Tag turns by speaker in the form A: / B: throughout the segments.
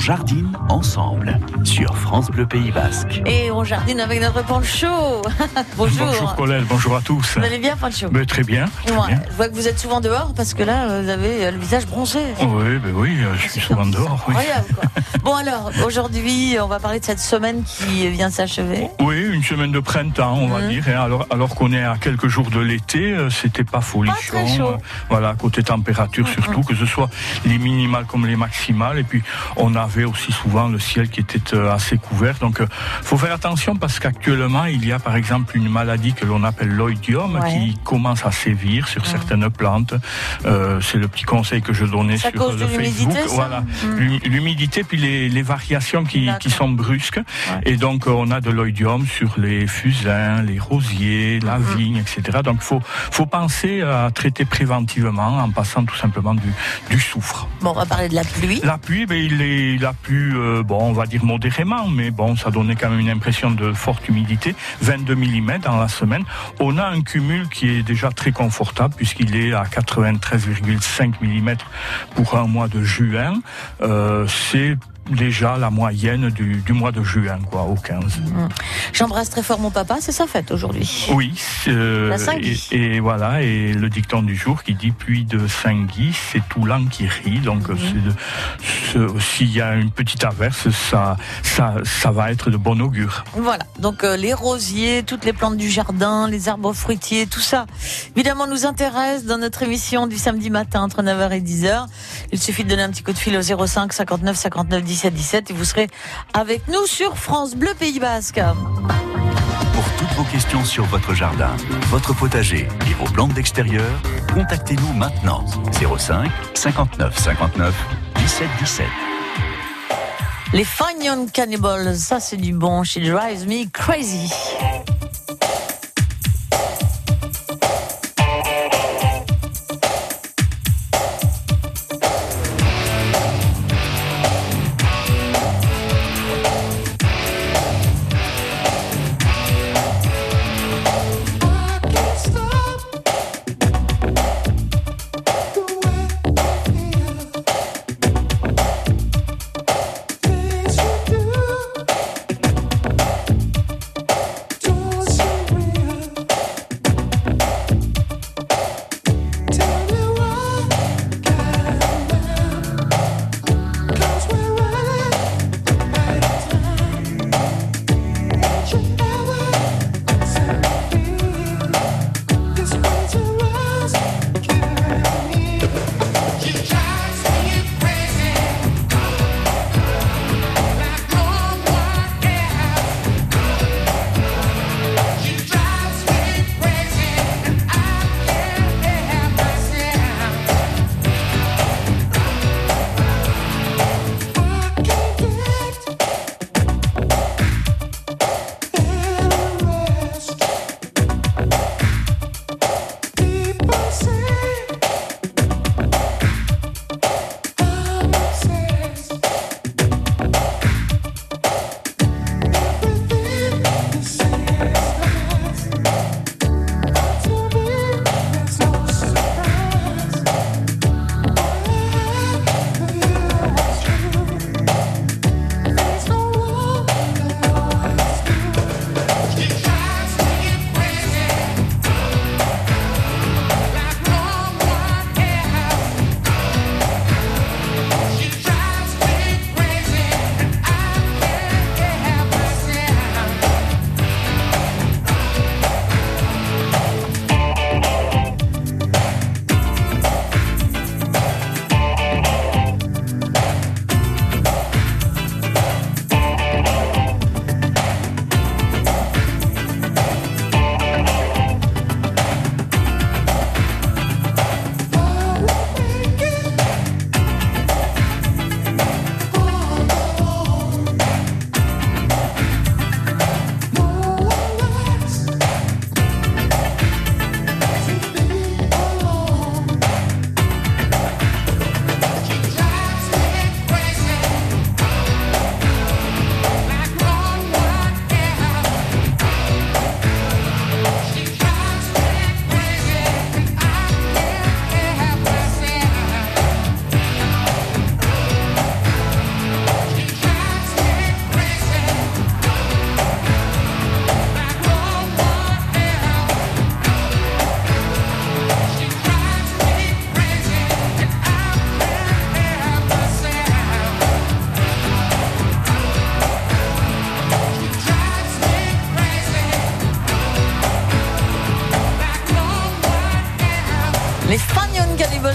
A: jardine ensemble sur France Bleu Pays Basque.
B: Et on jardine avec notre Pancho. Bonjour.
C: Bonjour Colette, bonjour à tous.
B: Vous allez bien, Pancho?
C: Très bien.
B: Ouais, je vois que vous êtes souvent dehors parce que là, vous avez le visage bronzé.
C: Oui, je suis souvent dehors. Oui.
B: Incroyable, quoi. Bon alors, aujourd'hui, on va parler de cette semaine qui vient de s'achever.
C: Oui, une semaine de printemps, on va dire. Alors qu'on est à quelques jours de l'été, c'était pas folichon.
B: Pas très chaud.
C: Voilà, côté température surtout, que ce soit les minimales comme les maximales. Et puis, on avait aussi souvent le ciel qui était assez couvert. Donc, faut faire attention parce qu'actuellement, il y a par exemple une maladie que l'on appelle l'oïdium qui commence à sévir sur certaines plantes. C'est le petit conseil que je donnais sur le Facebook. Voilà, l'humidité puis les variations qui sont brusques. Et donc, on a de l'oïdium sur les fusains, les rosiers, la vigne, etc. Donc, faut penser à traiter préventivement en passant tout simplement du soufre.
B: Bon, on va parler de la pluie.
C: La pluie, il a plu, on va dire modérément, mais bon, ça donnait quand même une impression de forte humidité, 22 mm dans la semaine. On a un cumul qui est déjà très confortable puisqu'il est à 93,5 mm pour un mois de juin. C'est déjà la moyenne du mois de juin, au 15.
B: J'embrasse très fort mon papa, c'est sa fête aujourd'hui.
C: Oui,
B: la Saint-Guy.
C: Et voilà, et le dicton du jour qui dit pluie de Saint-Guy, c'est tout l'an qui rit. Donc s'il y a une petite averse, ça va être de bon augure.
B: Voilà, donc les rosiers, toutes les plantes du jardin, les arbres fruitiers, tout ça, évidemment, nous intéresse dans notre émission du samedi matin entre 9h et 10h. Il suffit de donner un petit coup de fil au 05 59 59 17 17 et vous serez avec nous sur France Bleu Pays Basque.
A: Pour toutes vos questions sur votre jardin, votre potager et vos plantes d'extérieur, contactez-nous maintenant. 05 59 59 17 17.
B: Les Fine Young Cannibals, ça c'est du bon. She drives me crazy.
D: Don't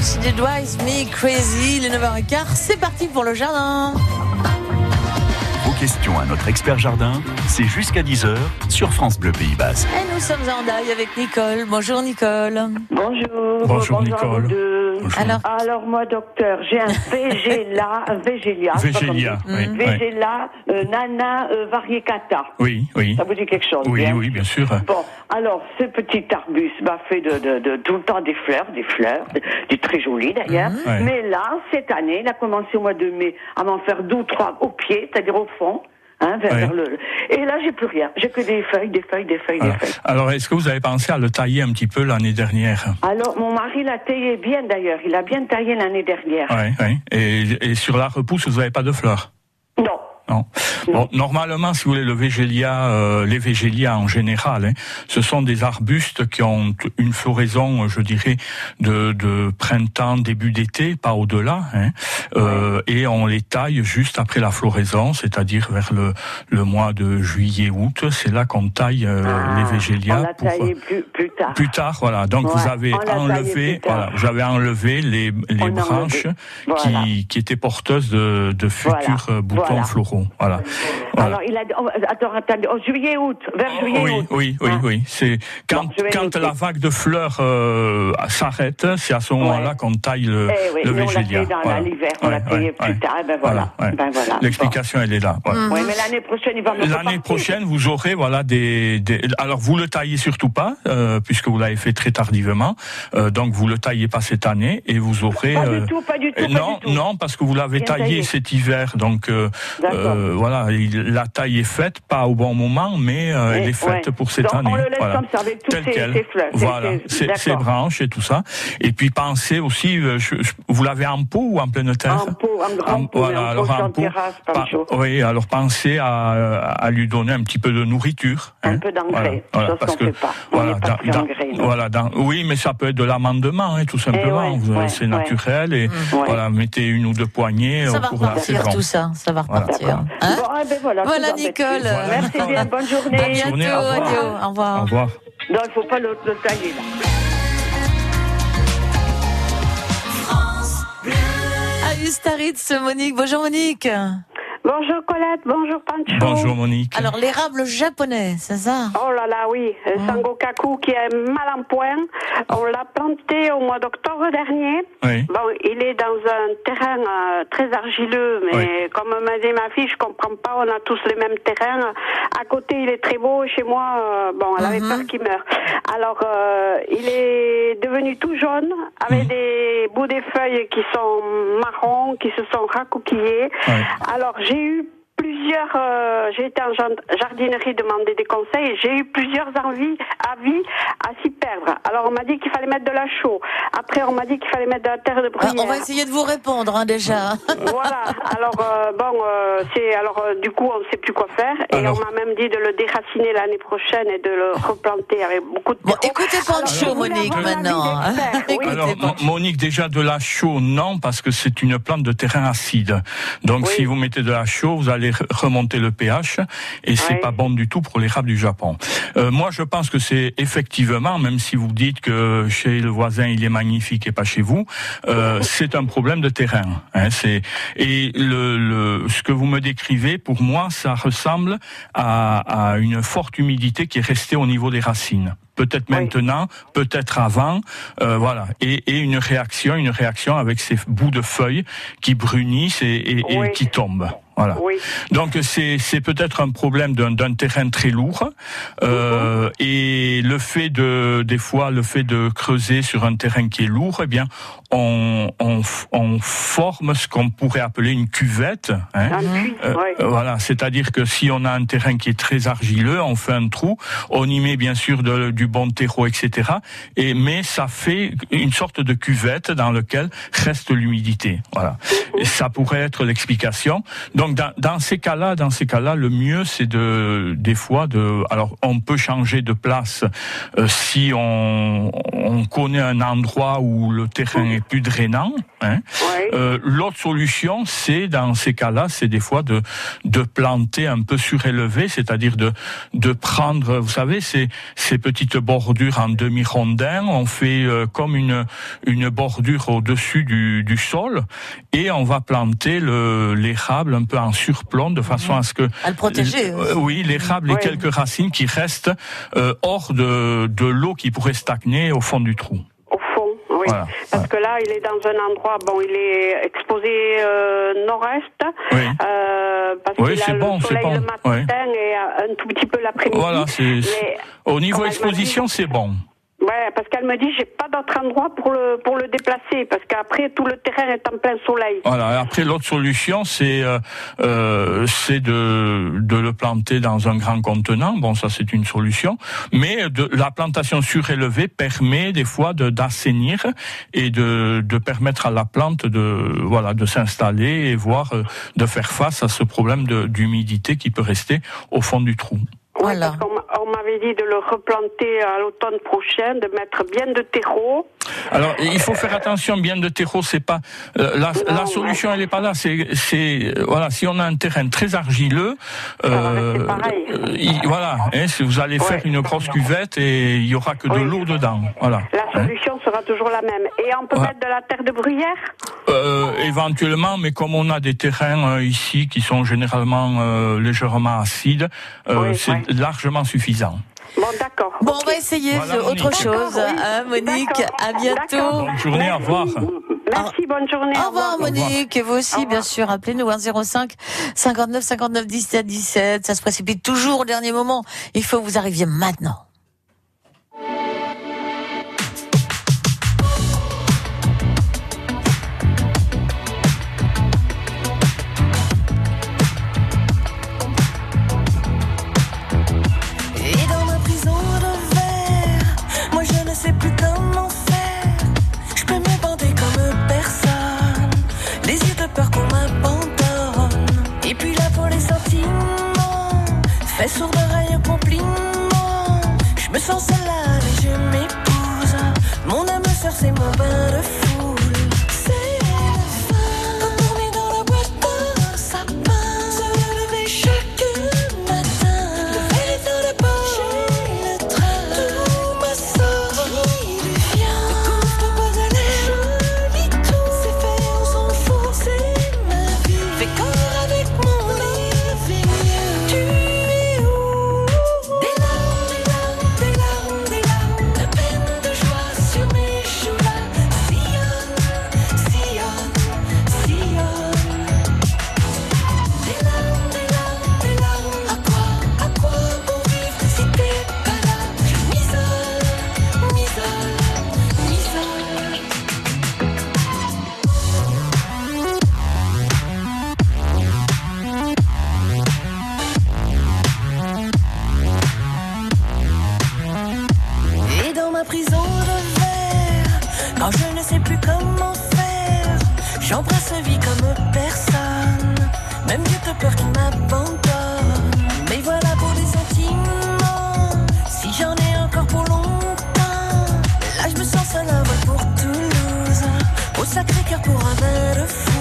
B: She Drives Me Crazy, les 9h15, c'est parti pour le jardin.
A: Vos questions à notre expert jardin, c'est jusqu'à 10h sur France Bleu Pays Basque.
B: Et nous sommes en Daille avec Nicole. Bonjour Nicole.
D: Bonjour.
C: Bonjour Nicole.
B: Alors,
D: moi, docteur, j'ai un Végélia. Végélia, Nana variegata.
C: Oui.
D: Ça vous dit quelque chose?
C: Oui, bien sûr.
D: Bon, alors, ce petit arbuste m'a fait de tout le temps des fleurs, très jolies d'ailleurs.
C: Ouais.
D: Mais là, cette année, il a commencé au mois de mai à m'en faire 2 ou 3 au pied, c'est-à-dire au fond. Vers le... Et là, j'ai plus rien. J'ai que des feuilles.
C: Alors, est-ce que vous avez pensé à le tailler un petit peu l'année dernière?
D: Alors, mon mari l'a taillé bien d'ailleurs. Il a bien taillé l'année dernière.
C: Oui. Et sur la repousse, vous n'avez pas de fleurs? Non. Bon, normalement, si vous voulez, les végélias en général, ce sont des arbustes qui ont une floraison, je dirais, de printemps, début d'été, pas au-delà, et on les taille juste après la floraison, c'est-à-dire vers le mois de juillet-août. C'est là qu'on taille les végélias.
D: On l'a taillé plus tard.
C: Plus tard, voilà. Donc vous avez enlevé les branches qui étaient porteuses de futurs boutons floraux. Voilà.
D: Alors, il a dit, attendez, juillet-août, vers juillet-août.
C: Oui. C'est quand la vague de fleurs s'arrête, c'est à ce moment-là qu'on taille le végélia.
D: On l'a taillé dans l'hiver, on l'a taillé plus tard, voilà.
C: L'explication, elle est là.
D: Oui, mais l'année prochaine, il va me repartir.
C: L'année prochaine, vous aurez, alors, vous le taillez surtout pas, puisque vous l'avez fait très tardivement, donc vous le taillez pas cette année, et vous aurez...
D: Pas du tout.
C: Non, parce que vous l'avez taillé cet hiver, donc... la taille est faite, pas au bon moment, mais elle est faite pour cette année.
D: On le laisse comme ça, avec toutes ces fleurs.
C: Ces branches et tout ça. Et puis pensez aussi, vous l'avez en pot ou en pleine terre?
D: En pot, en grand pot, en terrasse, pas chaud.
C: Oui, alors pensez à lui donner un petit peu de nourriture.
D: Un peu d'engrais, chose qu'on ne fait pas. On n'est pas très engrais.
C: Oui, mais ça peut être de l'amendement, tout simplement. C'est naturel, et mettez 1 ou 2 poignées au cours de la saison.
B: Tout ça va repartir. Voilà Nicole.
D: Merci bien, bonne journée.
B: À bientôt, au revoir.
C: Au revoir.
D: Non, il ne faut pas le tailler là.
B: Ustaritz, Monique. Bonjour Monique.
E: Bonjour Colette, bonjour Pancho.
C: Bonjour Monique.
B: Alors l'érable japonais, c'est ça?
E: Oh là là, oui, Sangokaku qui est mal en point. On l'a planté au mois d'octobre dernier.
C: Oui.
E: Bon, il est dans un terrain très argileux, mais comme m'a dit ma fille, je comprends pas, on a tous les mêmes terrains. À côté, il est très beau, chez moi, elle avait peur qu'il meure. Alors, il est devenu tout jaune, avec des bouts des feuilles qui sont marrons, qui se sont racoquillés. Oui. Alors, j'ai eu j'ai été en jardinerie demander des conseils et j'ai eu plusieurs avis à s'y perdre. Alors on m'a dit qu'il fallait mettre de la chaux. Après on m'a dit qu'il fallait mettre de la terre de bruyère.
B: On va essayer de vous répondre déjà.
E: Voilà. Alors du coup on ne sait plus quoi faire et on m'a même dit de le déraciner l'année prochaine et de le replanter avec beaucoup de terreau.
B: Bon, écoutez Pancho, Monique maintenant.
C: Alors Monique, déjà de la chaux non, parce que c'est une plante de terrain acide. Donc si vous mettez de la chaux, vous allez remonter le pH et c'est pas bon du tout pour l'érable du Japon. Moi je pense que c'est effectivement, même si vous dites que chez le voisin il est magnifique et pas chez vous, c'est un problème de terrain. Ce que vous me décrivez, pour moi ça ressemble à une forte humidité qui est restée au niveau des racines. Peut-être maintenant, peut-être avant, et une réaction avec ces bouts de feuilles qui brunissent et qui tombent. Voilà. Oui. Donc c'est peut-être un problème d'un terrain très lourd, et le fait de creuser sur un terrain qui est lourd, eh bien on forme ce qu'on pourrait appeler une cuvette. Voilà, c'est-à-dire que si on a un terrain qui est très argileux, on fait un trou, on y met bien sûr du bon terreau, etc. Mais ça fait une sorte de cuvette dans laquelle reste l'humidité. Voilà. Et ça pourrait être l'explication. Donc dans ces cas-là, le mieux c'est alors on peut changer de place si on connaît un endroit où le terrain est plus drainant. L'autre solution, c'est dans ces cas-là, c'est des fois de planter un peu surélevé, c'est-à-dire de prendre, vous savez, ces petites petite bordure en demi-rondin, on fait comme une bordure au-dessus du sol, et on va planter l'érable un peu en surplomb, de façon à ce que...
B: À le protéger.
C: Oui, l'érable et quelques racines qui restent hors de l'eau qui pourrait stagner au fond du trou.
E: Oui, voilà, parce que là, il est dans un endroit, il est exposé nord-est, parce qu'il a le soleil le matin et un tout petit peu l'après-midi.
C: Voilà, au niveau exposition, c'est bon.
E: Ouais, parce qu'elle me dit, j'ai pas d'autre endroit pour le déplacer, parce qu'après tout le terrain est en plein soleil.
C: Voilà. Après, l'autre solution, c'est de le planter dans un grand contenant. Bon, ça c'est une solution, mais la plantation surélevée permet des fois d'assainir et de permettre à la plante de s'installer et de faire face à ce problème d'humidité qui peut rester au fond du trou.
B: Voilà.
E: Parce qu'on m'avait dit de le replanter à l'automne prochain, de mettre bien de terreau.
C: Alors, il faut faire attention, bien de terreau, c'est pas la solution, elle est pas là. C'est si on a un terrain très argileux, si vous allez faire une grosse cuvette et il y aura que de l'eau dedans. Voilà.
E: La solution sera toujours la même. Et on peut mettre de la terre de bruyère.
C: Éventuellement, mais comme on a des terrains ici qui sont généralement légèrement acides, c'est largement suffisant.
E: Bon, d'accord.
B: Bon, on va essayer autre chose. Monique, à bientôt.
C: Bonne journée, au revoir.
E: Merci, bonne journée.
B: Au revoir, Monique. Et vous aussi, bien sûr. Appelez-nous 05 59 59 17 17. Ça se précipite toujours au dernier moment. Il faut que vous arriviez maintenant.
F: Fais sourd d'oreille au compliment. Je me sens seule et je m'épouse. Mon âme sœur, c'est mon bain de foule. C'est la fin. Endormi dans la boîte à sapin. Se lever chaque matin. Le verre est dans la poche. J'ai le train. Tout ma sortie devient. Le couvre pas à l'air. Je lis tout. C'est fait, on s'en fout. C'est ma vie. Fais corps avec mon livre. Tu prison de verre, quand je ne sais plus comment faire, j'embrasse vie comme personne, même Dieu te peur qui m'abandonne. Mais voilà pour les sentiments, si j'en ai encore pour longtemps, là je me sens seule à vol pour Toulouse, au Sacré-Cœur pour un bain de foule.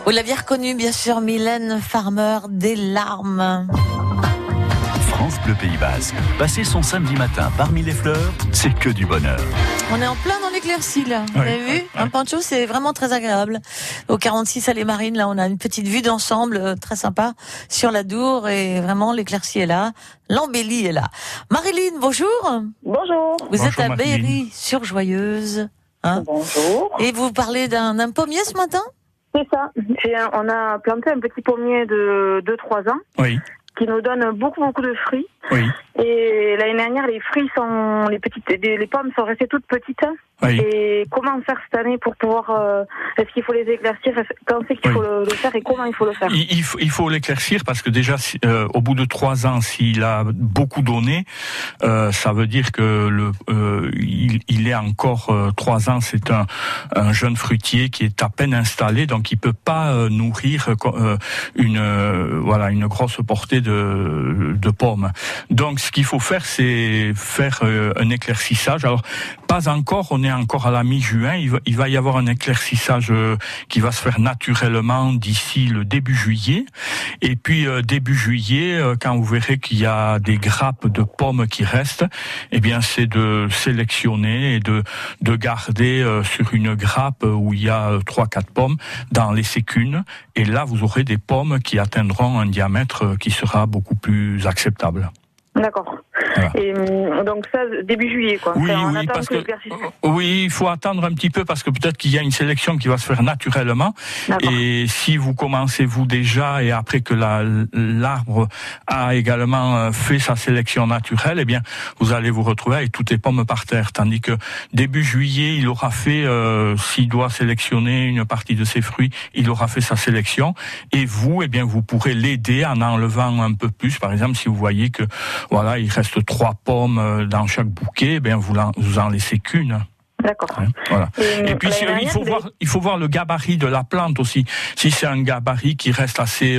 B: Vous l'aviez reconnu, bien sûr, Mylène Farmer, Des larmes.
A: France Bleu Pays Basque. Passer son samedi matin parmi les fleurs, c'est que du bonheur.
B: On est en plein dans l'éclaircie, là. Vous avez vu? Un poncho, c'est vraiment très agréable. Au 46 à Les Marines, là, on a une petite vue d'ensemble très sympa sur la Dour et vraiment l'éclaircie est là. L'embellie est là. Marilyn, bonjour.
G: Bonjour.
B: Vous êtes à Berry-sur-Joyeuse. Hein?
G: Bonjour.
B: Et vous parlez d'un pommier ce matin?
G: C'est ça. On a planté un petit pommier de 2-3 ans.
C: Oui.
G: Qui nous donne beaucoup de fruits.
C: Oui.
G: Et l'année dernière, les pommes sont restées toutes petites.
C: Oui.
G: Et comment faire cette année pour pouvoir, est-ce qu'il faut les éclaircir? Quand c'est qu'il faut le faire et comment il faut le faire?
C: Il faut l'éclaircir parce que déjà, au bout de 3 ans, s'il a beaucoup donné, ça veut dire que il est encore 3 ans. C'est un jeune fruitier qui est à peine installé, donc il peut pas nourrir une grosse portée de pommes. Donc, ce qu'il faut faire, c'est faire un éclaircissage. Alors, pas encore, on est encore à la mi-juin. Il va y avoir un éclaircissage qui va se faire naturellement d'ici le début juillet. Et puis, début juillet, quand vous verrez qu'il y a des grappes de pommes qui restent, eh bien, c'est de sélectionner et de garder sur une grappe où il y a 3-4 pommes dans les sécunes. Et là, vous aurez des pommes qui atteindront un diamètre qui sera beaucoup plus acceptable.
G: D'accord. Voilà. Et donc ça, début juillet, quoi.
C: Oui, parce que il faut attendre un petit peu parce que peut-être qu'il y a une sélection qui va se faire naturellement. D'accord. Et si vous commencez vous déjà et après que l'arbre a également fait sa sélection naturelle, eh bien vous allez vous retrouver avec toutes les pommes par terre. Tandis que début juillet, il aura fait, s'il doit sélectionner une partie de ses fruits, il aura fait sa sélection. Et vous, eh bien vous pourrez l'aider en enlevant un peu plus. Par exemple, si vous voyez que voilà, il reste 3 pommes dans chaque bouquet, ben vous en laissez qu'une.
G: D'accord.
C: Voilà. Et puis il faut voir le gabarit de la plante aussi. Si c'est un gabarit qui reste assez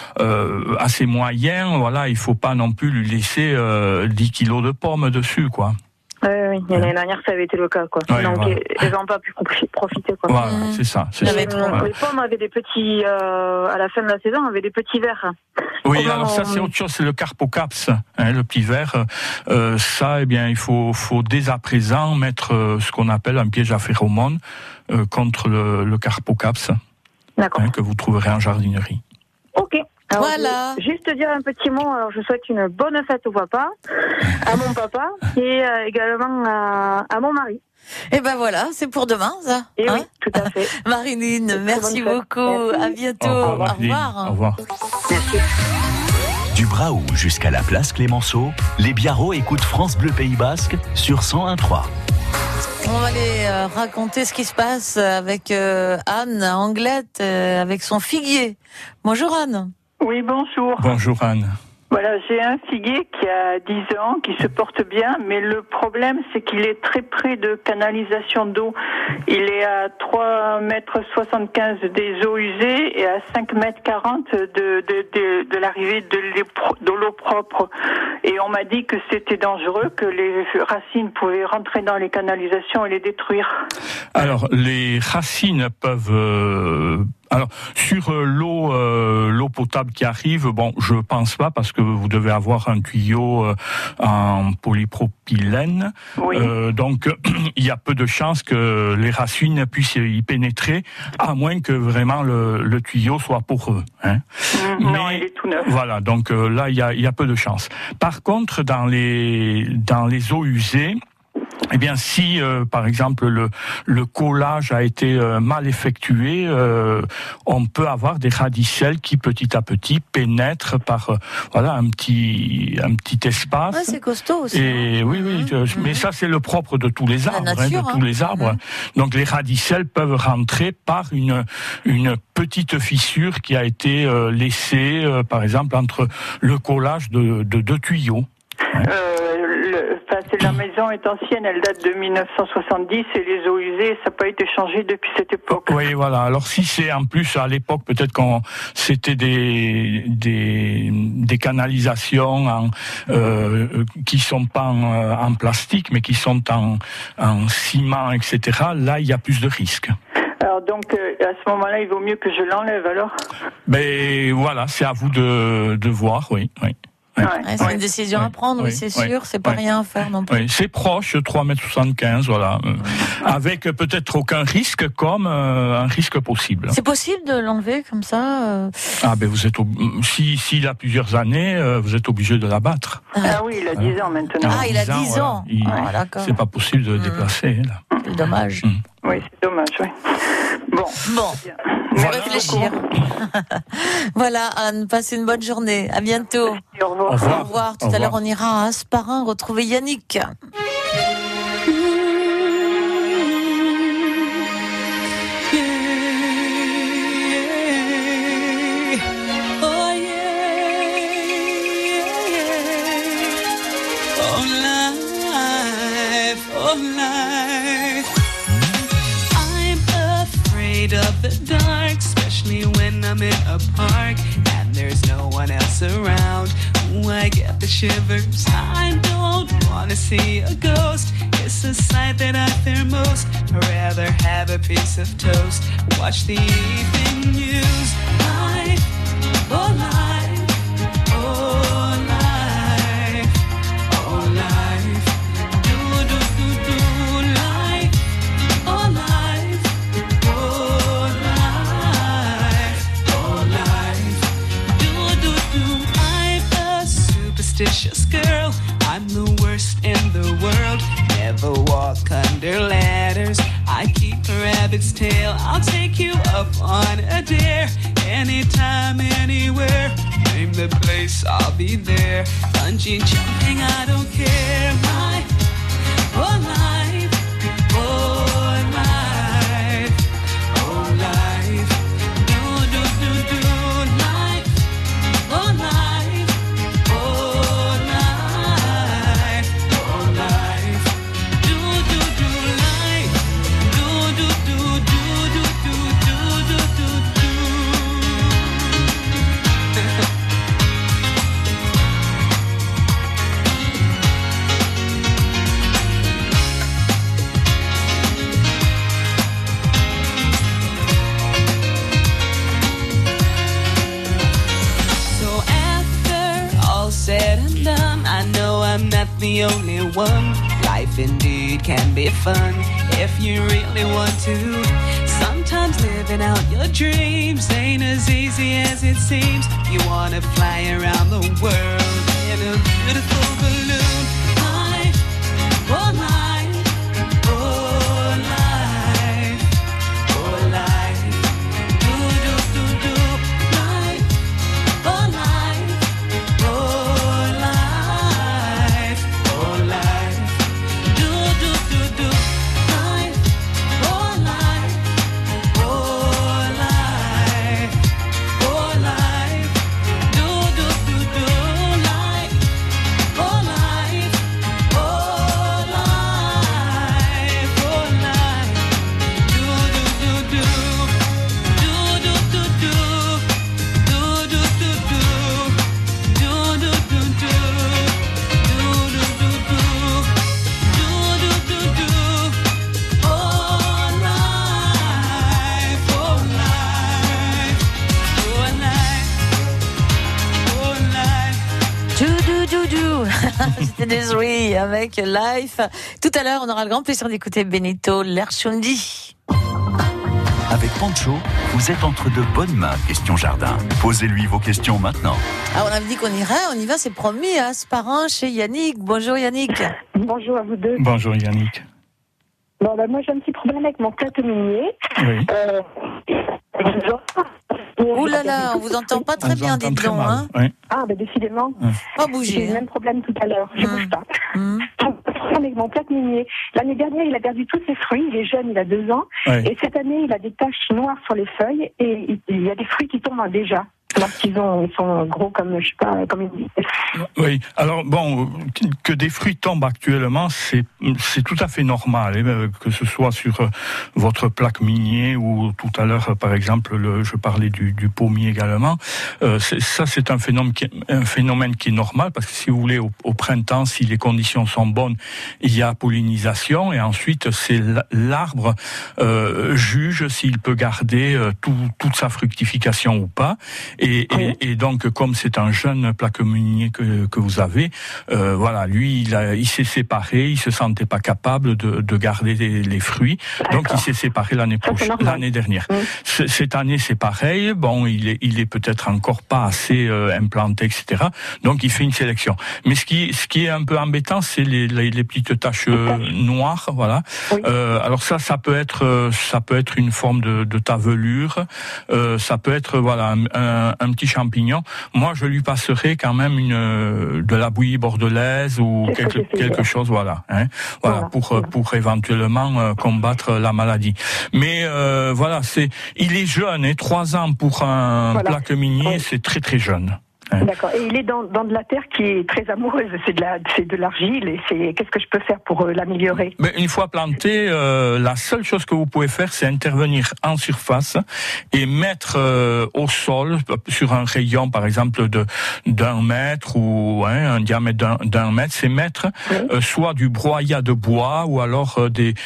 C: moyen, voilà, il faut pas non plus lui laisser 10 kilos de pommes dessus, quoi.
G: Oui, l'année dernière, ça avait été le cas, quoi.
C: Ouais,
G: donc,
C: voilà.
G: elles n'ont pas pu profiter, quoi.
C: Voilà, c'est ça.
G: Les pommes avaient des petits, à la fin de la saison, avaient des petits vers.
C: Oui, alors ça, c'est autre chose, c'est le carpocaps, le petit ver. Ça, eh bien, il faut dès à présent mettre ce qu'on appelle un piège à phéromones contre le carpocaps. D'accord. Que vous trouverez en jardinerie.
G: Ok. Alors,
B: voilà.
G: Juste dire un petit mot. Alors, je souhaite une bonne fête au papa, à mon papa et également à mon mari.
B: Et ben voilà, c'est pour demain, ça.
G: Et oui, tout à fait.
B: Marilyn, merci beaucoup. Merci. À bientôt.
C: Au revoir. Au revoir.
G: Merci.
A: Du Braou jusqu'à la place Clémenceau, les Biarros écoutent France Bleu Pays Basque sur 101.3.
B: On va aller raconter ce qui se passe avec Anne à Anglette, avec son figuier. Bonjour Anne.
H: Oui, bonjour.
C: Bonjour Anne.
H: Voilà, j'ai un figuier qui a 10 ans, qui se porte bien, mais le problème, c'est qu'il est très près de canalisation d'eau. Il est à 3,75 m des eaux usées et à 5,40 m de l'arrivée de l'eau propre. Et on m'a dit que c'était dangereux, que les racines pouvaient rentrer dans les canalisations et les détruire.
C: Alors, les racines peuvent... Alors, sur l'eau potable qui arrive, bon, je pense pas parce que vous devez avoir un tuyau en polypropylène. Oui. Donc, il y a peu de chances que les racines puissent y pénétrer, à moins que vraiment le tuyau soit poreux. Hein.
H: Non, il est tout neuf.
C: Voilà, donc là, il y a peu de chances. Par contre, dans les eaux usées, eh bien, si par exemple le collage a été mal effectué, on peut avoir des radicelles qui petit à petit pénètrent par un petit espace.
B: Ouais, c'est costaud aussi.
C: Et oui, mais ça c'est le propre de tous les arbres, de tous les arbres. Donc les radicelles peuvent rentrer par une petite fissure qui a été laissée, par exemple, entre le collage de 2 tuyaux.
H: La maison est ancienne, elle date de 1970 et les eaux usées, ça n'a pas été changé depuis cette époque.
C: Oui, voilà. Alors si c'est en plus à l'époque, peut-être quand c'était des canalisations qui sont pas en plastique, mais qui sont en ciment, etc. Là, il y a plus de risques.
H: Alors donc, à ce moment-là, il vaut mieux que je l'enlève alors.
C: Mais voilà, c'est à vous de voir, oui.
B: C'est une décision à prendre, oui, c'est sûr, c'est pas rien à faire non plus.
C: Oui, c'est proche, 3,75 m, voilà. Avec peut-être aucun risque comme un risque possible.
B: C'est possible de l'enlever comme ça
C: Ah ben vous êtes s'il a plusieurs années, vous êtes obligé de l'abattre.
H: Ah oui, il a 10 ans maintenant.
B: Ah, il a 10 ans.
C: Voilà.
B: D'accord.
C: C'est pas possible de le déplacer là.
B: C'est dommage.
H: Oui, c'est dommage, oui. Bon.
B: Faut réfléchir. Voilà, Anne, passez une bonne journée. À bientôt.
H: Merci, au revoir.
B: Au revoir. Tout à l'heure, on ira à Hasparin retrouver Yannick.
I: Of the dark, especially when I'm in a park and there's no one else around. Ooh, I get the shivers. I don't wanna see a ghost. It's a sight that I fear most. I'd rather have a piece of toast. Watch the evening news. Life, oh life, oh life, oh life. Do do do do life, oh life. Superstitious girl, I'm the worst in the world. Never walk under ladders. I keep a rabbit's tail. I'll take you up on a dare. Anytime, anywhere. Name the place, I'll be there. Bungee jumping, I don't care. Life, oh life, oh life, oh life. Do do do do life, oh life. Said and done, I know I'm not the only one. Life indeed can be fun if you really want to. Sometimes living out your dreams ain't as easy as it seems. You wanna fly around the world in a beautiful balloon. Life, oh life, oh life, oh life. Do do do do life, oh life.
B: C'était Desiree avec Life. Tout à l'heure, on aura le grand plaisir d'écouter Benito Lerchundi.
A: Avec Pancho, vous êtes entre de bonnes mains, question jardin. Posez-lui vos questions maintenant.
B: Ah, on avait dit qu'on irait, on y va, c'est promis, à Hasparin chez Yannick. Bonjour Yannick.
G: Bonjour à vous deux.
C: Bonjour Yannick.
G: Bon, moi j'ai un petit problème avec mon plateau-minier.
C: Oui.
B: Ouh là là, on vous entend pas très bien, dites donc. Hein.
C: Oui.
G: Ah, décidément.
B: Pas bouger.
G: J'ai eu le même problème tout à l'heure. Je bouge pas. Avec mon plateau-minier. L'année dernière, il a perdu tous ses fruits. Il est jeune, il a 2 ans. Oui. Et cette année, il a des taches noires sur les feuilles et il y a des fruits qui tombent déjà. L'artisan, ils sont gros comme, je sais pas, comme une vitesse.
C: Oui, alors bon, que des fruits tombent actuellement, c'est tout à fait normal, que ce soit sur votre plaque minier ou tout à l'heure, par exemple, je parlais du pommier également. C'est un phénomène qui est normal, parce que si vous voulez, au printemps, si les conditions sont bonnes, il y a pollinisation, et ensuite c'est l'arbre juge s'il peut garder toute sa fructification ou pas. Et donc, comme c'est un jeune plaque minier que vous avez, voilà, lui, il s'est séparé, il se sentait pas capable de garder les fruits, donc il s'est séparé l'année dernière. Cette année, c'est pareil. Bon, il est peut-être encore pas assez implanté, etc. Donc, il fait une sélection. Mais ce qui est un peu embêtant, c'est les petites taches noires, voilà. Oui. Alors ça peut être une forme de tavelure. Ça peut être, voilà, un petit champignon. Moi, je lui passerai quand même de la bouillie bordelaise ou quelque chose, voilà, hein, voilà, pour éventuellement combattre la maladie. Mais voilà, il est jeune, 3 ans pour un plaque minier, c'est très très jeune.
J: D'accord. Et il est dans de la terre qui est très amoureuse. C'est de l'argile. Et qu'est-ce que je peux faire pour l'améliorer?
C: Mais une fois planté, la seule chose que vous pouvez faire, c'est intervenir en surface et mettre au sol, sur un rayon, par exemple, d'1 mètre ou un diamètre d'1 mètre, c'est mettre soit du broyat de bois ou alors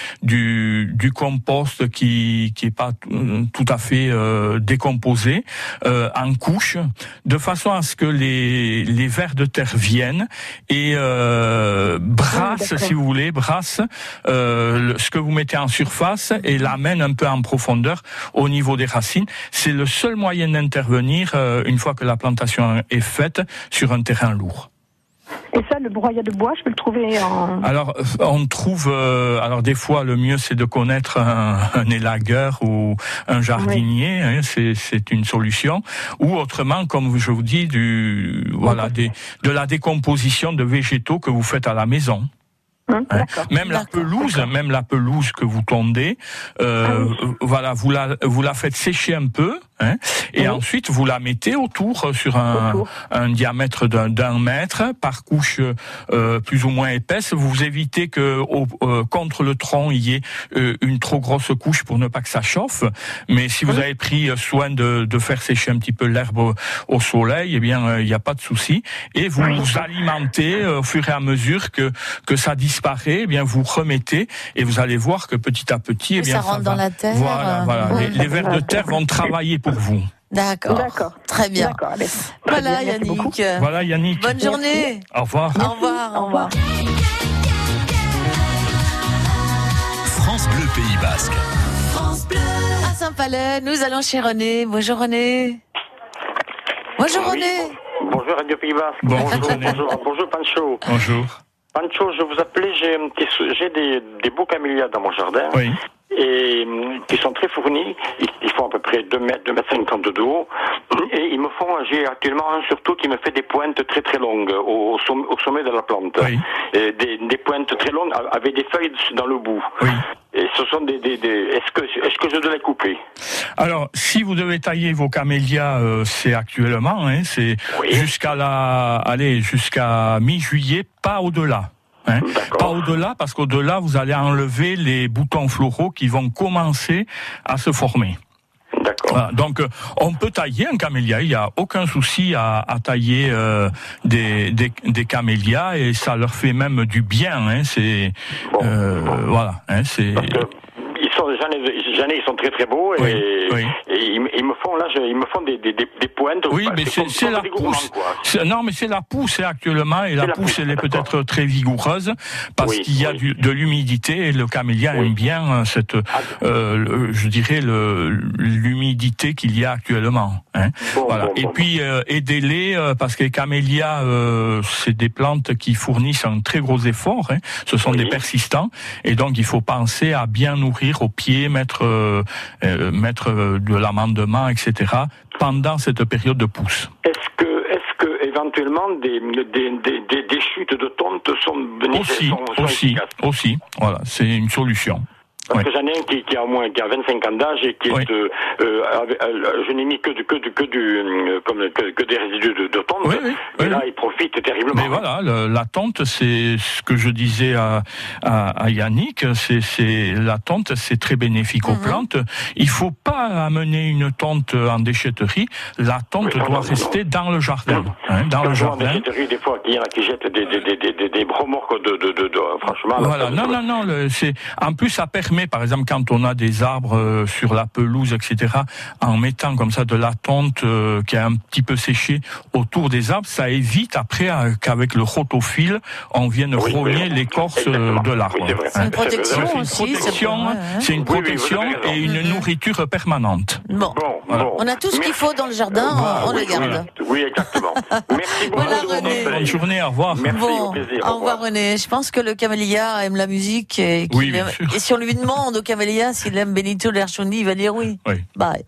C: du compost qui est pas tout à fait décomposé en couches, de façon à ce que les vers de terre viennent et brassent, si vous voulez, ce que vous mettez en surface et l'amènent un peu en profondeur au niveau des racines. C'est le seul moyen d'intervenir une fois que la plantation est faite sur un terrain lourd.
J: Et ça, le broyat de bois, je peux le trouver en...
C: Alors, on trouve... alors, des fois, le mieux, c'est de connaître un élagueur ou un jardinier. Hein, c'est une solution. Ou autrement, comme je vous dis, de la décomposition de végétaux que vous faites à la maison. Hein, même la pelouse que vous tondez, voilà, vous la faites sécher un peu, hein, et ensuite vous la mettez autour sur un diamètre d'1 mètre par couche plus ou moins épaisse. Vous évitez que contre le tronc il y ait une trop grosse couche pour ne pas que ça chauffe. Mais si vous avez pris soin de faire sécher un petit peu l'herbe au soleil, eh bien il n'y a pas de souci. Et vous alimentez au fur et à mesure que ça disparaît, eh bien vous remettez et vous allez voir que petit à petit, eh bien
B: ça rentre dans la terre.
C: Voilà. Les vers de terre vont travailler pour vous.
B: D'accord. Très bien. Voilà, Yannick.
C: Voilà, Yannick.
B: Bonne journée.
C: Au revoir.
B: Au revoir.
A: France Bleu Pays Basque.
B: France Bleu. À Saint-Palais, nous allons chez René. Bonjour René. Bonjour René.
K: Bonjour Radio Pays Basque. Bonjour Pancho.
C: Bonjour.
K: Pancho, je vous appelais, j'ai des beaux camélias dans mon jardin. Oui. Et qui sont très fournis. Ils font à peu près 2 mètres 50 de haut. Et j'ai actuellement un surtout qui me fait des pointes très très longues au sommet de la plante. Oui. Et des pointes très longues avec des feuilles dans le bout. Oui. Et ce sont est-ce que je dois les couper?
C: Alors, si vous devez tailler vos camélias, c'est actuellement, hein, c'est jusqu'à mi-juillet, pas au-delà. Hein, pas au-delà, parce qu'au-delà, vous allez enlever les boutons floraux qui vont commencer à se former. D'accord. Voilà, donc, on peut tailler un camélia, il n'y a aucun souci à tailler des camélias, et ça leur fait même du bien. Hein, voilà. Hein, c'est...
K: J'en ai, ils sont très très beaux et ils me font des pointes.
C: Oui, mais c'est la pousse. Non, mais c'est la pousse actuellement, et la pousse elle est peut-être très vigoureuse parce qu'il y a de l'humidité, et le camélia aime bien je dirais l'humidité qu'il y a actuellement. Hein. Et puis aidez-les parce que les camélias c'est des plantes qui fournissent un très gros effort. Hein. Ce sont des persistants, et donc il faut penser à bien nourrir au pied, mettre de l'amendement, etc. pendant cette période de pousse.
K: Est-ce que éventuellement des chutes de tonte sont efficaces?
C: Aussi, voilà, c'est une solution.
K: Parce que j'en ai un qui a au moins 25 ans d'âge et qui est, je n'ai mis que des résidus de tonte. Et là, il profite terriblement.
C: Mais voilà, la tonte, c'est ce que je disais à Yannick, c'est la tonte, c'est très bénéfique aux plantes. Il faut pas amener une tonte en déchetterie. La tonte doit rester dans le jardin. Dans le jardin.
K: En déchetterie, des fois, il y en a qui jettent des remorques de franchement.
C: Voilà, non. En plus, ça permet, par exemple, quand on a des arbres sur la pelouse, etc., en mettant comme ça de la tonte qui est un petit peu séchée autour des arbres, ça évite après qu'avec le rotophile, on vienne rogner l'écorce de l'arbre.
B: C'est une protection aussi.
C: C'est une protection et une nourriture permanente.
B: Bon. On a tout ce qu'il faut dans le jardin, on le garde.
K: Oui, exactement. Merci beaucoup.
B: Voilà, René.
C: Bonne journée, au revoir.
K: Merci,
B: au
K: plaisir.
B: Au revoir, René. Je pense que le camélia aime la musique et si on lui demande au camélia s'il aime Benito Lerchundi, il va dire oui. Bye.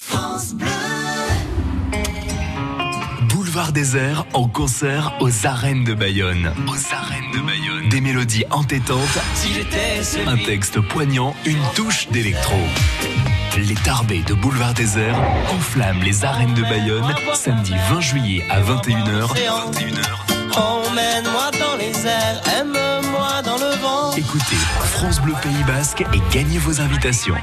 L: Boulevard Désert en concert aux Arènes de Bayonne. Des mélodies entêtantes, un texte poignant, une touche d'électro. Les Tarbés de Boulevard Désert enflamment les Arènes de Bayonne samedi 20 juillet à 21h.
M: Emmène-moi dans les airs, aime-moi dans le vent.
L: Écoutez France Bleu Pays Basque et gagnez vos invitations.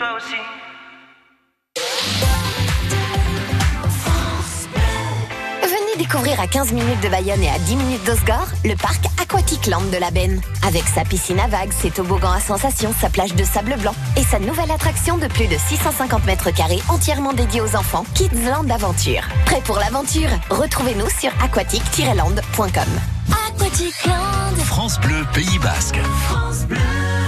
N: Découvrir à 15 minutes de Bayonne et à 10 minutes d'Osgore, le parc Aquatic Land de la Benne. Avec sa piscine à vagues, ses toboggans à sensations, sa plage de sable blanc et sa nouvelle attraction de plus de 650 mètres carrés entièrement dédiée aux enfants, Kids Land Aventure. Prêt pour l'aventure? Retrouvez-nous sur aquatic-land.com.
L: Aquatic Land. France Bleu Pays Basque. France Bleu.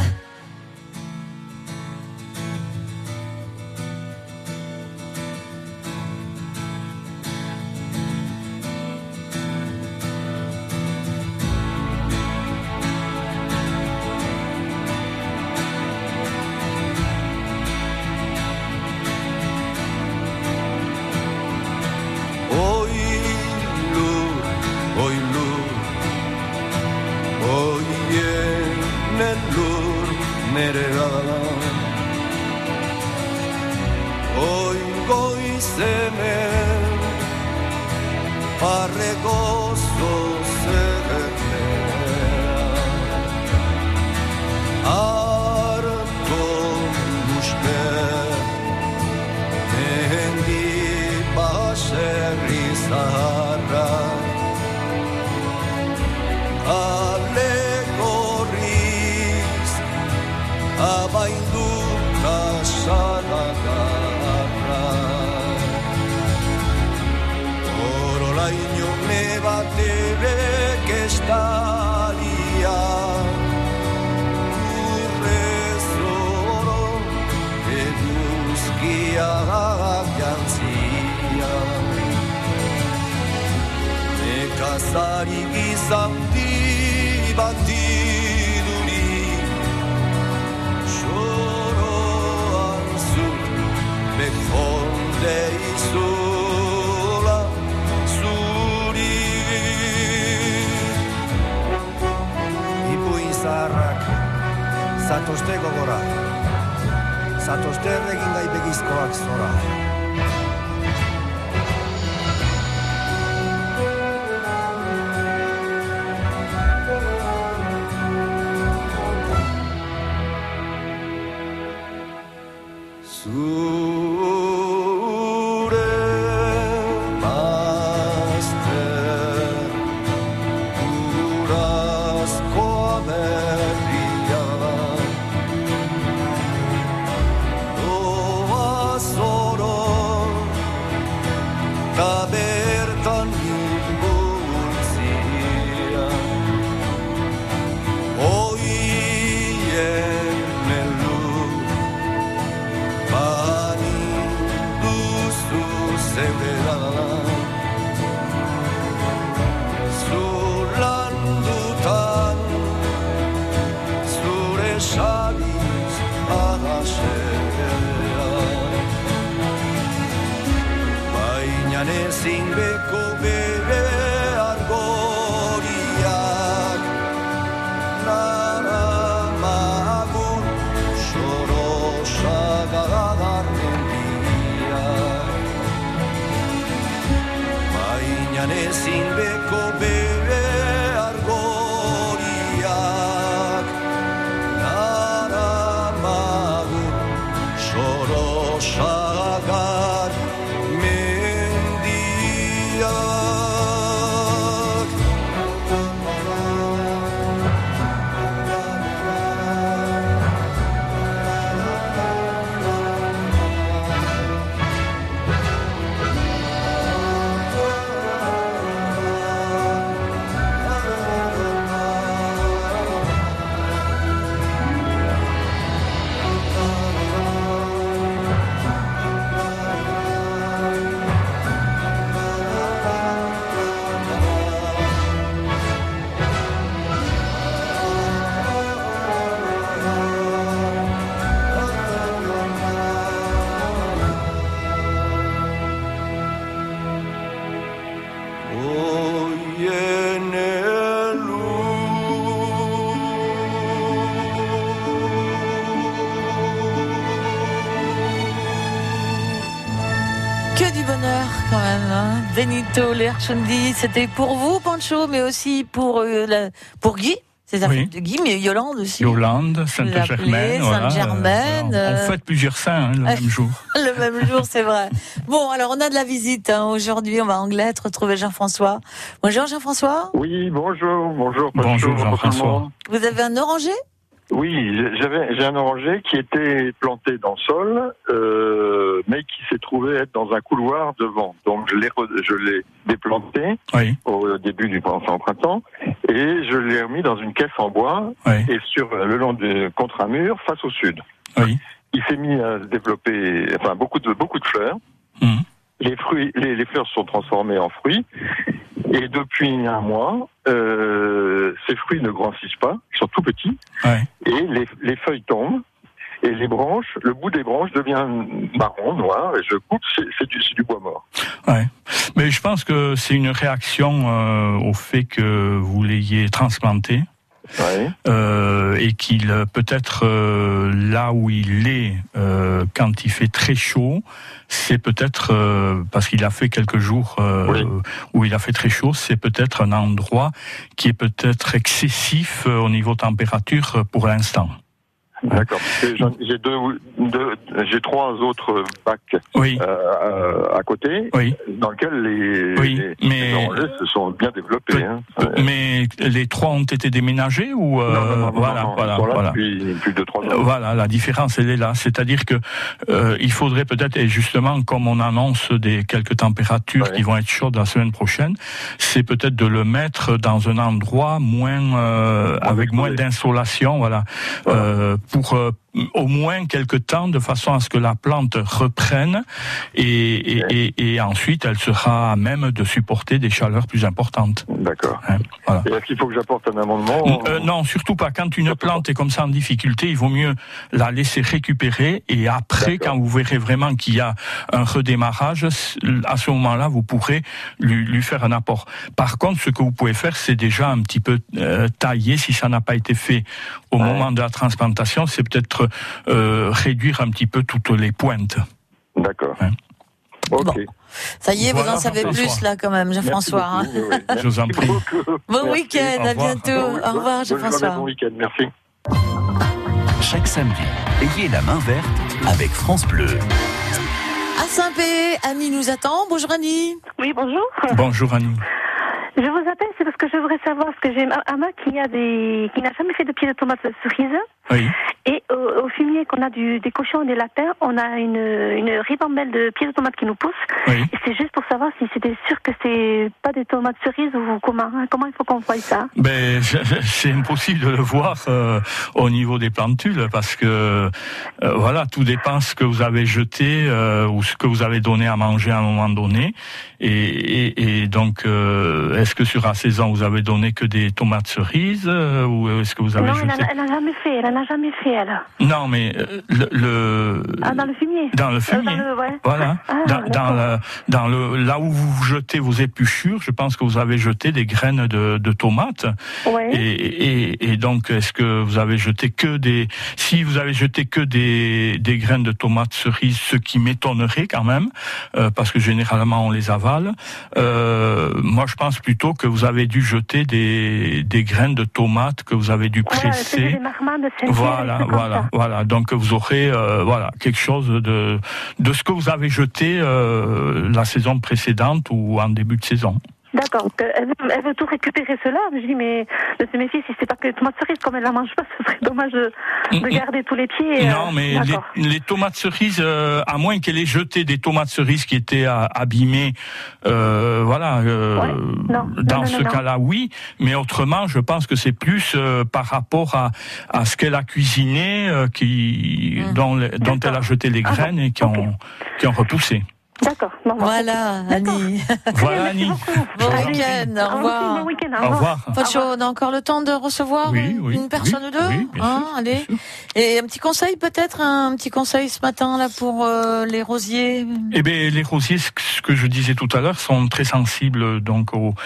O: Zatozte gogora, zatozte egin gai begizkoak zora. Choro ezinbeko behar goriak naramagun sorosagar mendiak.
B: Que du bonheur quand même, hein. Benito Lerchundi, c'était pour vous, Pancho, mais aussi pour Guy. C'est la fête de Guy, mais Yolande aussi.
C: Yolande, Sainte-Germaine.
B: Sainte-Germaine.
C: Voilà. On fête plusieurs saints le même jour.
B: Le même jour, c'est vrai. Bon, alors on a de la visite. Hein. Aujourd'hui, on va à Anglet retrouver Jean-François. Bonjour Jean-François.
P: Oui, bonjour. Bonjour
C: Jean-François.
B: Vous avez un oranger ?
P: Oui, j'ai un oranger qui était planté dans le sol, mais qui s'est trouvé être dans un couloir devant. Donc je l'ai déplanté au début du printemps, et je l'ai remis dans une caisse en bois, et sur le long contre un mur face au sud.
C: Oui.
P: Il s'est mis à se développer, beaucoup de fleurs.
C: Mmh.
P: Les fleurs se sont transformées en fruits. Et depuis un mois, ces fruits ne grandissent pas, ils sont tout petits, et les feuilles tombent, et les branches, le bout des branches devient marron, noir, et je coupe, c'est du bois mort.
C: Ouais. Mais je pense que c'est une réaction au fait que vous l'ayez transplanté. Et qu'il peut-être là où il est quand il fait très chaud, c'est peut-être parce qu'il a fait quelques jours où il a fait très chaud, c'est peut-être un endroit qui est peut-être excessif au niveau température pour l'instant.
P: D'accord. J'ai trois autres bacs à côté, dans lesquels les orangers se sont bien développés.
C: Mais les trois ont été déménagés ou
P: non, depuis plus de 3 ans.
C: Voilà, la différence elle est là, c'est-à-dire que il faudrait peut-être, et justement comme on annonce quelques températures qui vont être chaudes la semaine prochaine, c'est peut-être de le mettre dans un endroit avec moins d'insolation, pour au moins quelques temps, de façon à ce que la plante reprenne et ensuite elle sera à même de supporter des chaleurs plus importantes.
P: D'accord. Voilà. Et est-ce qu'il faut que j'apporte un amendement
C: Non, surtout pas. Quand une plante est comme ça en difficulté, il vaut mieux la laisser récupérer et après, quand vous verrez vraiment qu'il y a un redémarrage, à ce moment-là, vous pourrez lui faire un apport. Par contre, ce que vous pouvez faire, c'est déjà un petit peu tailler, si ça n'a pas été fait au moment de la transplantation, c'est peut-être réduire un petit peu toutes les pointes.
P: D'accord.
B: Ok. Bon. Ça y est, vous en savez plus là quand même, Jean-François.
C: Je vous en prie.
B: Bon week-end, à bientôt. Au revoir, Jean-François.
P: Bon week-end, merci.
A: Chaque samedi, ayez la main verte avec France Bleu.
B: À Saint-Pé, Annie nous attend. Bonjour Annie.
Q: Oui, bonjour.
C: Bonjour Annie.
Q: Je vous appelle, c'est parce que je voudrais savoir, parce que j'ai Ama qui n'a jamais fait de pieds de tomates cerises.
C: Oui.
Q: Et au fumier qu'on a des cochons et des lapins, on a une ribambelle de pieds de tomates qui nous poussent.
C: Oui.
Q: Et c'est juste pour savoir si c'était sûr que c'est pas des tomates cerises ou comment il faut qu'on voie ça.
C: C'est impossible de le voir au niveau des plantules parce que tout dépend ce que vous avez jeté ou ce que vous avez donné à manger à un moment donné. Et donc, est-ce que sur la saison vous avez donné que des tomates cerises ou est-ce que vous avez jeté...
Q: Non, elle n'a jamais fait. Elle elle n'a jamais fait, elle.
C: Non, mais
Q: dans le fumier.
C: Dans le fumier.
Q: Ouais.
C: Voilà. Dans le là où vous jetez vos épluchures, je pense que vous avez jeté des graines de tomates.
Q: Ouais.
C: Et donc, est-ce que vous avez jeté si vous avez jeté que des graines de tomates cerises, ce qui m'étonnerait quand même, parce que généralement on les avale. Moi, je pense plutôt que vous avez dû jeter des graines de tomates que vous avez dû presser. Voilà. Donc vous aurez quelque chose de ce que vous avez jeté la saison précédente ou en début de saison.
Q: D'accord. Elle veut tout récupérer cela. Je dis, mais de se méfier, si c'est pas que les tomates cerises, comme elle la mange pas, ce serait dommage de garder tous les pieds.
C: Non, mais les tomates cerises, à moins qu'elle ait jeté des tomates cerises qui étaient abîmées, dans ce cas-là, oui. Mais autrement, je pense que c'est plus par rapport à ce qu'elle a cuisiné, dont elle a jeté les graines et qui ont repoussé.
Q: D'accord.
B: Voilà, Annie.
C: Voilà, Annie.
B: Bon week-end. Au revoir.
C: Au revoir.
B: Pocho, on a encore le temps de recevoir une personne ou deux.
C: Oui, bien sûr,
B: allez. Et un petit conseil peut-être, un petit conseil ce matin là pour les rosiers.
C: Eh bien, les rosiers, ce que je disais tout à l'heure, sont très sensibles donc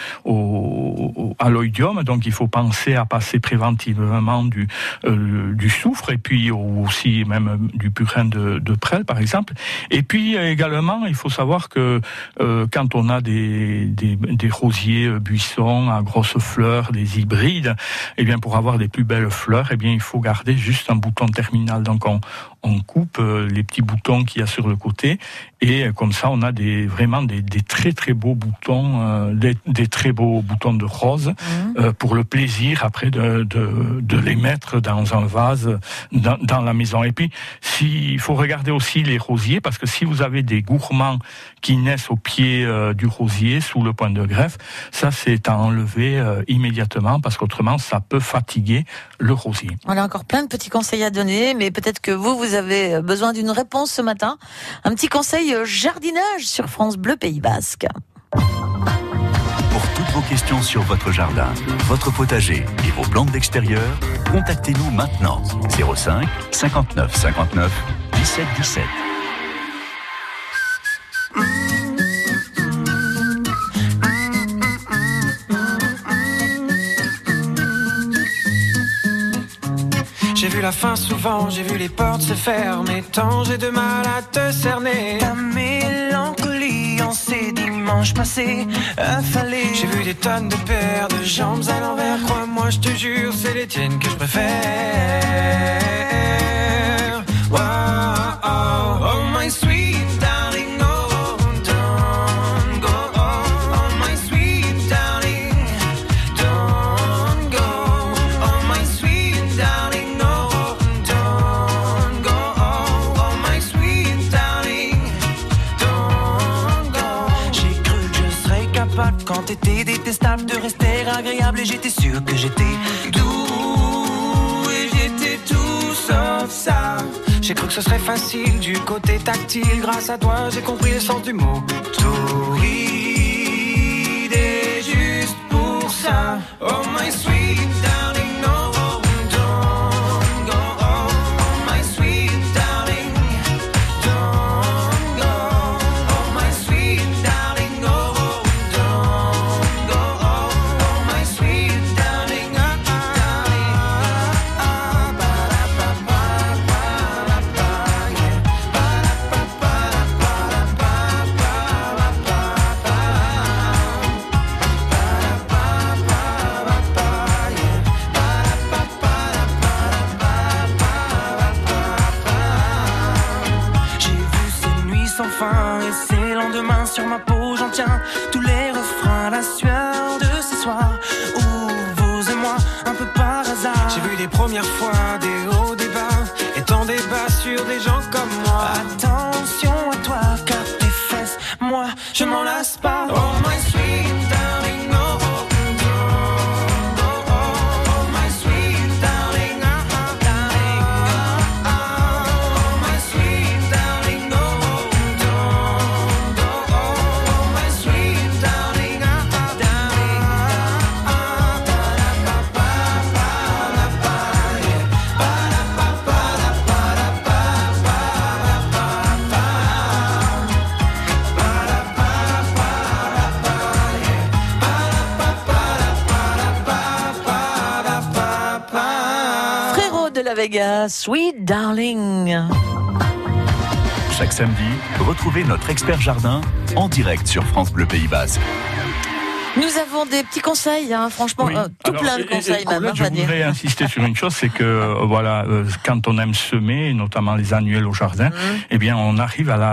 C: à l'oïdium. Donc, il faut penser à passer préventivement du soufre et puis aussi même du purin de prêle, par exemple. Et puis également, il faut savoir que quand on a des rosiers buissons à grosses fleurs, des hybrides, eh bien pour avoir des plus belles fleurs, eh bien il faut garder juste un bouton terminal. Donc on coupe les petits boutons qu'il y a sur le côté et comme ça on a vraiment des très très beaux boutons, des très beaux boutons de rose pour le plaisir après de les mettre dans un vase dans la maison. Et puis il faut regarder aussi les rosiers parce que si vous avez des gourmands qui naissent au pied du rosier sous le point de greffe, ça c'est à enlever immédiatement parce qu'autrement ça peut fatiguer le rosier.
B: On a encore plein de petits conseils à donner, mais peut-être que vous avez besoin d'une réponse ce matin. Un petit conseil jardinage sur France Bleu Pays Basque.
A: Pour toutes vos questions sur votre jardin, votre potager et vos plantes d'extérieur, contactez-nous maintenant. 05 59 59 17 17.
R: J'ai vu la fin souvent, j'ai vu les portes se fermer. Tant j'ai de mal à te cerner. Ta mélancolie en ces dimanches passés affalés. J'ai vu des tonnes de paires de jambes à l'envers. Crois-moi, je te jure, c'est les tiennes que je préfère. Wow, oh, oh my sweet darling, oh, don't go. Oh my sweet darling, don't go. Oh my sweet darling, no, don't go. Oh my sweet darling, don't go. J'ai cru que je serais capable quand t'étais détestable de rester agréable et j'étais sûr que j'étais doux et j'étais tout sauf ça. J'ai cru que ce serait facile du côté tactile. Grâce à toi, j'ai compris le sens du mot torride. Et juste pour ça, oh my sweet darling, no, don't go. Oh my sweet darling, don't go. Oh my sweet darling, no, don't go. Oh my sweet darling, et ces lendemains sur ma peau, j'en tiens tous les refrains, la sueur de ce soir où vous et moi, un peu par hasard. J'ai vu des premières fois, des hauts, des bas, et tant débats sur des gens comme moi. Attention à toi, car tes fesses, moi, je m'en lasse pas. Oh my sweet darling, no.
B: Vega, Sweet Darling.
A: Chaque samedi, retrouvez notre expert jardin en direct sur France Bleu Pays Basque.
B: Nous avons des petits conseils, franchement, plein de conseils.
C: Je voudrais insister sur une chose, c'est que quand on aime semer, notamment les annuels au jardin, eh bien, on arrive à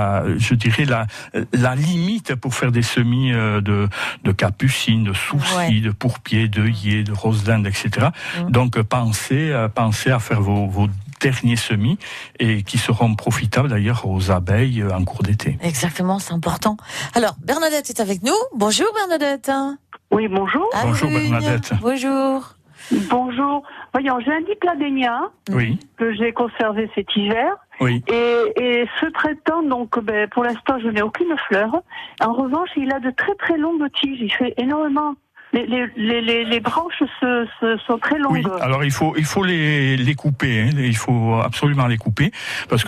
C: la limite pour faire des semis de capucines, de soucis, de pourpiers, d'œillets, de roses d'Inde, etc. Donc, pensez à faire vos derniers semis et qui seront profitables d'ailleurs aux abeilles en cours d'été.
B: Exactement, c'est important. Alors, Bernadette est avec nous. Bonjour Bernadette.
S: Oui, bonjour.
C: Bonjour Bernadette.
B: Bonjour.
S: Bonjour. Voyons, j'ai un dipladénia que j'ai conservé cet hiver.
C: Oui.
S: Et ce traitant, donc, pour l'instant, je n'ai aucune fleur. En revanche, il a de très très longues tiges. Il fait énormément. Les branches sont très longues.
C: Oui, alors il faut les couper, hein. Il faut absolument les couper parce que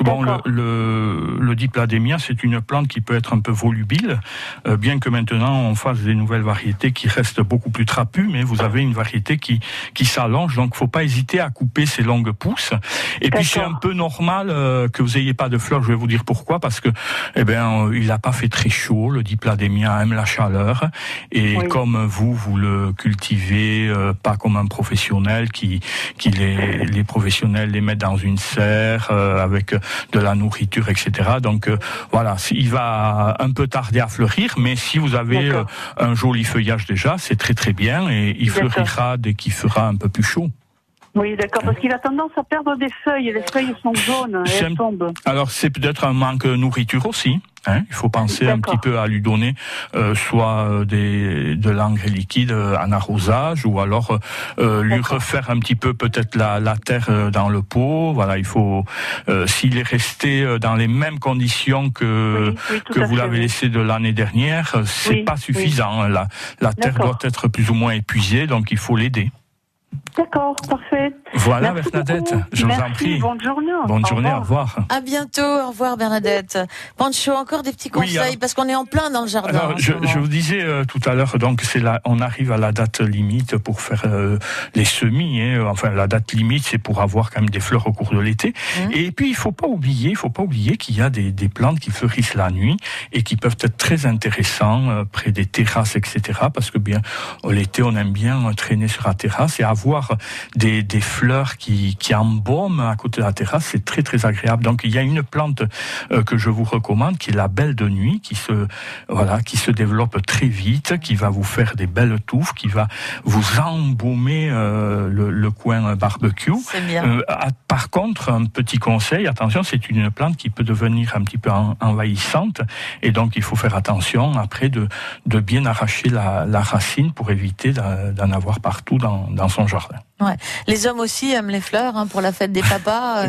C: le dipladémia, c'est une plante qui peut être un peu volubile, bien que maintenant on fasse des nouvelles variétés qui restent beaucoup plus trapues, mais vous avez une variété qui s'allonge, donc faut pas hésiter à couper ces longues pousses. Et puis c'est un peu normal que vous ayez pas de fleurs, je vais vous dire pourquoi, parce que il a pas fait très chaud, le dipladémia aime la chaleur, et comme vous le cultivez pas comme un professionnel les professionnels les mettent dans une serre avec de la nourriture, etc. Donc il va un peu tarder à fleurir, mais si vous avez un joli feuillage déjà, c'est très très bien, et il fleurira dès qu'il fera un peu plus chaud.
S: Oui, d'accord, parce qu'il a tendance à perdre des feuilles, et les feuilles sont jaunes, et elles tombent.
C: Alors c'est peut-être un manque de nourriture aussi. Il faut penser un petit peu à lui donner soit de l'engrais liquide en arrosage, ou alors lui refaire un petit peu peut-être la terre dans le pot. Voilà, il faut s'il est resté dans les mêmes conditions que vous l'avez laissé de l'année dernière, c'est pas suffisant. La terre doit être plus ou moins épuisée, donc il faut l'aider.
S: D'accord, parfait.
C: Voilà,
S: merci
C: Bernadette,
S: beaucoup.
C: je vous en prie.
S: Bonne journée.
C: Bonne journée, au revoir.
B: À bientôt, au revoir Bernadette. Pancho, encore des petits conseils, parce qu'on est en plein dans le jardin.
C: Alors, je vous disais tout à l'heure, donc on arrive à la date limite pour faire les semis. Enfin, la date limite, c'est pour avoir quand même des fleurs au cours de l'été. Et puis, il faut pas oublier qu'il y a des plantes qui fleurissent la nuit et qui peuvent être très intéressants près des terrasses, etc. Parce que l'été, on aime bien traîner sur la terrasse et avoir des fleurs qui embaument à côté de la terrasse, c'est très très agréable. Donc il y a une plante que je vous recommande, qui est la belle de nuit, qui se développe très vite, qui va vous faire des belles touffes, qui va vous embaumer le coin barbecue.
B: C'est bien.
C: Par contre, un petit conseil, attention, c'est une plante qui peut devenir un petit peu envahissante, et donc il faut faire attention après de bien arracher la racine pour éviter d'en avoir partout dans son jardin.
B: Ouais. Les hommes aussi aiment les fleurs pour la fête des papas.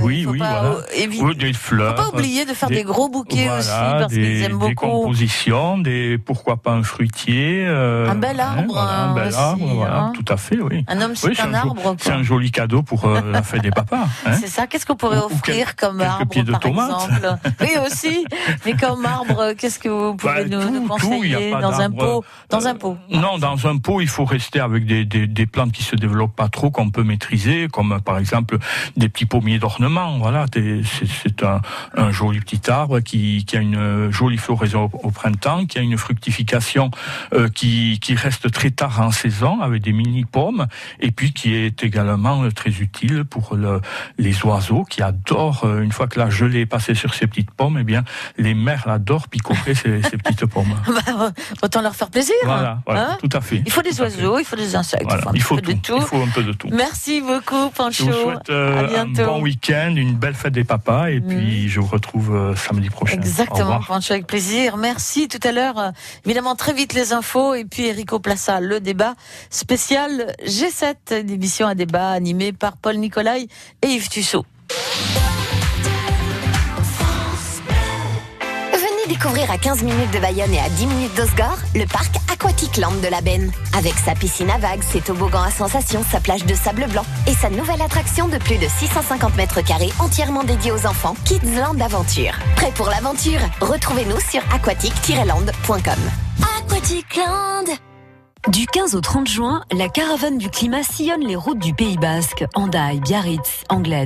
C: Des fleurs.
B: Faut pas oublier de faire des gros bouquets aussi, parce qu'ils aiment beaucoup.
C: Des compositions, pourquoi pas un fruitier.
B: Un bel arbre.
C: Un bel arbre, tout à fait, oui.
B: Un homme, c'est un arbre.
C: C'est un joli cadeau pour la fête des papas.
B: C'est ça. Qu'est-ce qu'on pourrait offrir comme arbre,
C: pieds de
B: par
C: tomates.
B: exemple? Oui, aussi. Mais comme arbre, qu'est-ce que vous pouvez nous conseiller dans un pot?
C: Non, dans un pot, il faut rester avec des plantes qui se développent pas trop, qu'on peut maîtriser, comme par exemple des petits pommiers d'ornement. Voilà, c'est un joli petit arbre qui a une jolie floraison au printemps, qui a une fructification qui reste très tard en saison avec des mini pommes, et puis qui est également très utile pour les oiseaux qui adorent, une fois que la gelée est passée sur ces petites pommes, les mères adorent picorer ces petites pommes.
B: Autant leur faire plaisir.
C: Voilà, tout à fait.
B: Il faut des oiseaux, il faut des insectes,
C: il faut un peu de tout.
B: Merci beaucoup, Pancho.
C: Je vous souhaite un bon week-end, une belle fête des papas, et puis je vous retrouve samedi prochain.
B: Exactement, Pancho, avec plaisir. Merci. Tout à l'heure, évidemment, très vite les infos, et puis Enrico Plaça, le débat spécial G7, d'émission à débat animée par Paul Nicolai et Yves Tussaud.
N: Découvrir à 15 minutes de Bayonne et à 10 minutes d'Osgore, le parc Aquatic Land de la Benne. Avec sa piscine à vagues, ses toboggans à sensations, sa plage de sable blanc et sa nouvelle attraction de plus de 650 mètres carrés entièrement dédiée aux enfants, Kids Land Aventure. Prêt pour l'aventure? Retrouvez-nous sur aquatic-land.com.
T: Aquatic Land. Du 15 au 30 juin, la caravane du climat sillonne les routes du Pays Basque, Hendaye, Biarritz, Anglet.